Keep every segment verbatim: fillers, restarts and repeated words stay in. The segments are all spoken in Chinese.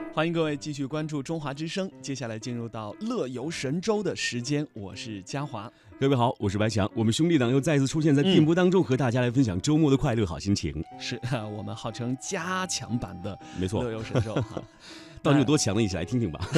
欢迎各位继续关注中华之声，接下来进入到乐游神州的时间，我是嘉华。 各位好，我是白强，我们兄弟党又再次出现在电波当中，嗯、和大家来分享周末的快乐好心情。 是我们号称加强版的没错乐游神州哈， 到底有多强呢？一起来听听吧。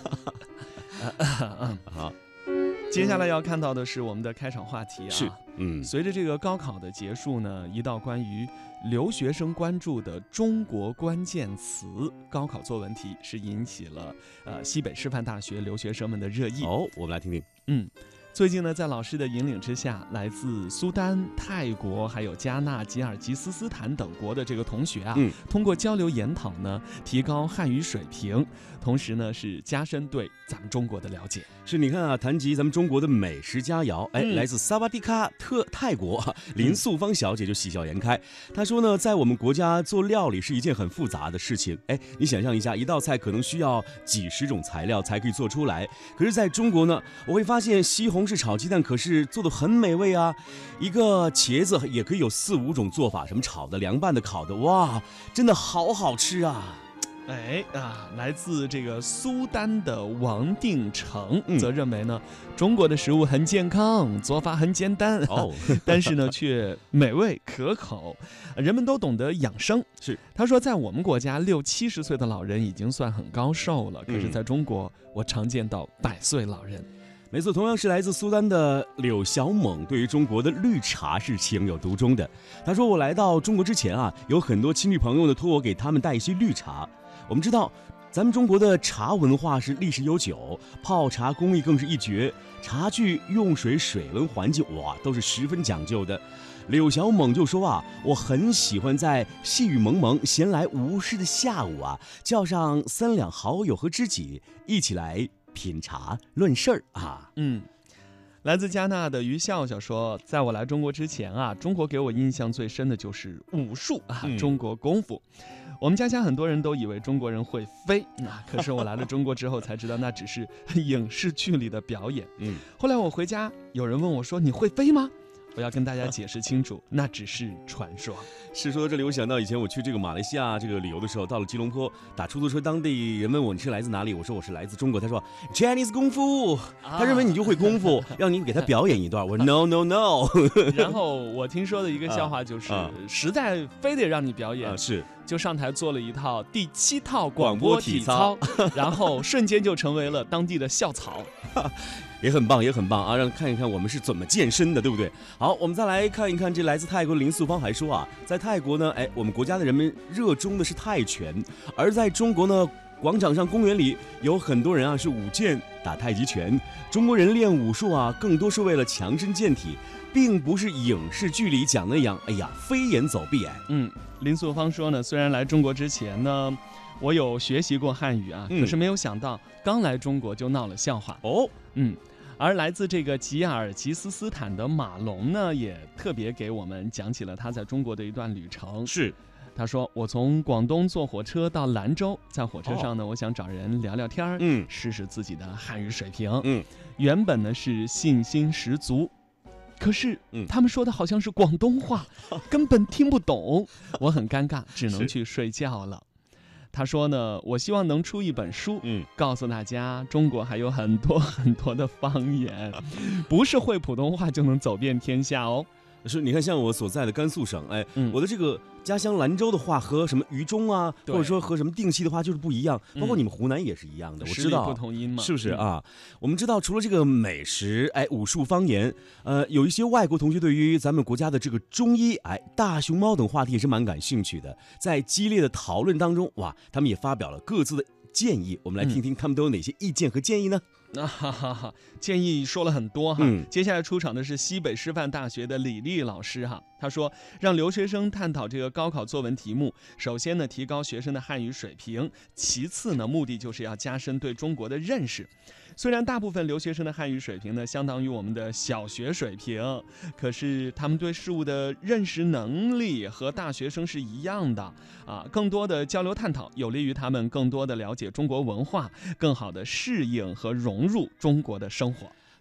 嗯，好。接下来要看到的是我们的开场话题啊， 是，嗯， 随着这个高考的结束呢，一道关于留学生关注的中国关键词高考作文题是引起了呃西北师范大学留学生们的热议。 哦，我们来听听。 嗯。最近呢，在老师的引领之下，来自苏丹、泰国、还有加纳、吉尔吉斯斯坦等国的这个同学啊，嗯、通过交流研讨呢，提高汉语水平，同时呢，是加深对咱们中国的了解。 是，你看啊，谈及咱们中国的美食佳肴，哎，嗯、来自萨瓦迪卡特泰国林素芳小姐就喜笑颜开。她说呢，在我们国家做料理是一件很复杂的事情。哎，你想象一下，一道菜可能需要几十种材料才可以做出来，可是在中国呢，我会发现西红柿炒鸡蛋可是做得很美味啊，一个茄子也可以有四五种做法，什么炒的、凉拌的、烤的，哇，真的好好吃啊！ 哎啊，来自这个苏丹的王定成则认为呢，嗯、中国的食物很健康，做法很简单，哦、但是呢却美味可口，人们都懂得养生。 是， 他说，在我们国家六七十岁的老人已经算很高寿了，可是在中国，嗯、我常见到百岁老人。 没错，同样是来自苏丹的柳小猛，对于中国的绿茶是情有独钟的。他说，我来到中国之前啊，有很多亲戚朋友呢托我给他们带一些绿茶。我们知道，咱们中国的茶文化是历史悠久，泡茶工艺更是一绝，茶具、用水、水温、环境，哇，都是十分讲究的。柳小猛就说啊，我很喜欢在细雨蒙蒙、闲来无事的下午啊，叫上三两好友和知己一起来品茶论事儿啊。 嗯，来自加纳的于笑笑说，在我来中国之前啊，中国给我印象最深的就是武术啊，嗯、中国功夫。我们家乡很多人都以为中国人会飞啊，可是我来了中国之后才知道，那只是影视剧里的表演。嗯，后来我回家，有人问我说：“你会飞吗？”我要跟大家解释清楚，那只是传说。 是说到这里，我想到以前我去这个马来西亚这个旅游的时候，到了吉隆坡打出租车，当地人问我你是来自哪里，我说我是来自中国，他说 Chinese 功夫，他认为你就会功夫，让你给他表演一段。我说 No No No。 然后我听说的一个笑话就是，啊、实在非得让你表演， 啊、是就上台做了一套第七套广播体操，然后瞬间就成为了当地的校草。 也很棒，也很棒啊！让看一看我们是怎么健身的，对不对？好，我们再来看一看这来自泰国的林素芳还说啊，在泰国呢，哎，我们国家的人们热衷的是泰拳，而在中国呢，广场上、公园里有很多人啊是舞剑、打太极拳。中国人练武术啊，更多是为了强身健体，并不是影视剧里讲那样，哎呀，飞檐走壁哎。 嗯，林素芳说呢，虽然来中国之前呢，我有学习过汉语啊，可是没有想到刚来中国就闹了笑话哦。嗯，而来自这个吉尔吉斯斯坦的马龙呢，也特别给我们讲起了他在中国的一段旅程。 是， 他说，我从广东坐火车到兰州，在火车上呢，哦、我想找人聊聊天，嗯，试试自己的汉语水平。嗯，原本呢是信心十足。可是，嗯、他们说的好像是广东话，根本听不懂，我很尴尬，只能去睡觉了。他说呢，我希望能出一本书，嗯，告诉大家中国还有很多很多的方言，不是会普通话就能走遍天下哦。 是，你看像我所在的甘肃省，哎，嗯、我的这个家乡兰州的话和什么渝中啊，或者说和什么定西的话就是不一样，包括你们湖南也是一样的，嗯、我知道不同音嘛， 是不是啊？嗯、我们知道，除了这个美食，哎，武术方言，呃，有一些外国同学对于咱们国家的这个中医，哎，大熊猫等话题也是蛮感兴趣的。在激烈的讨论当中，哇，他们也发表了各自的建议，我们来听听他们都有哪些意见和建议呢？ 啊哈哈哈！建议说了很多哈，嗯、接下来出场的是西北师范大学的李丽老师哈，他说让留学生探讨这个高考作文题目，首先呢提高学生的汉语水平，其次呢目的就是要加深对中国的认识。虽然大部分留学生的汉语水平呢相当于我们的小学水平，可是他们对事物的认识能力和大学生是一样的啊。更多的交流探讨，有利于他们更多的了解中国文化，更好的适应和融入中国的生活。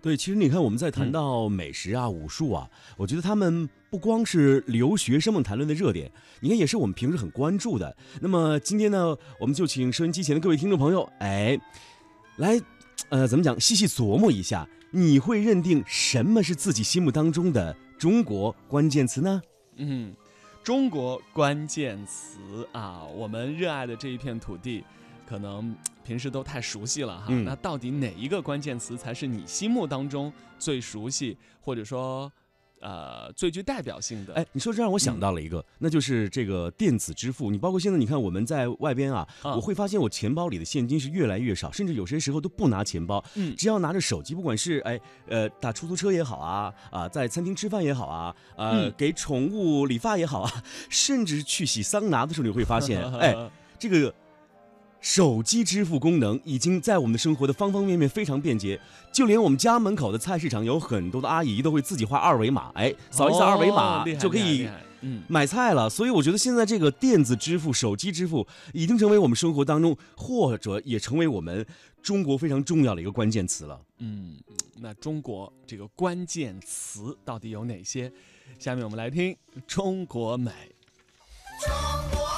对，其实你看我们在谈到美食啊、武术啊，我觉得他们不光是留学生们谈论的热点，你看也是我们平时很关注的。那么今天呢，我们就请收音机前的各位听众朋友，哎，来，呃，怎么讲，细细琢磨一下，你会认定什么是自己心目当中的中国关键词呢？ 嗯，中国关键词啊，我们热爱的这一片土地，可能平时都太熟悉了哈。嗯、那到底哪一个关键词才是你心目当中最熟悉，或者说，呃，最具代表性的？ 哎，你说这让我想到了一个，嗯、那就是这个电子支付。你包括现在，你看我们在外边啊，啊我会发现我钱包里的现金是越来越少，甚至有些时候都不拿钱包，嗯，只要拿着手机，不管是哎呃打出租车也好啊，啊在餐厅吃饭也好啊，呃、嗯、给宠物理发也好啊，甚至去洗桑拿的时候，你会发现，哎，这个。手机支付功能已经在我们的生活的方方面面非常便捷，就连我们家门口的菜市场有很多的阿姨都会自己画二维码，哎，扫一下二维码就可以买菜了。所以我觉得现在这个电子支付、手机支付已经成为我们生活当中，或者也成为我们中国非常重要的一个关键词了。 嗯，那中国这个关键词到底有哪些？下面我们来听中国美。 中国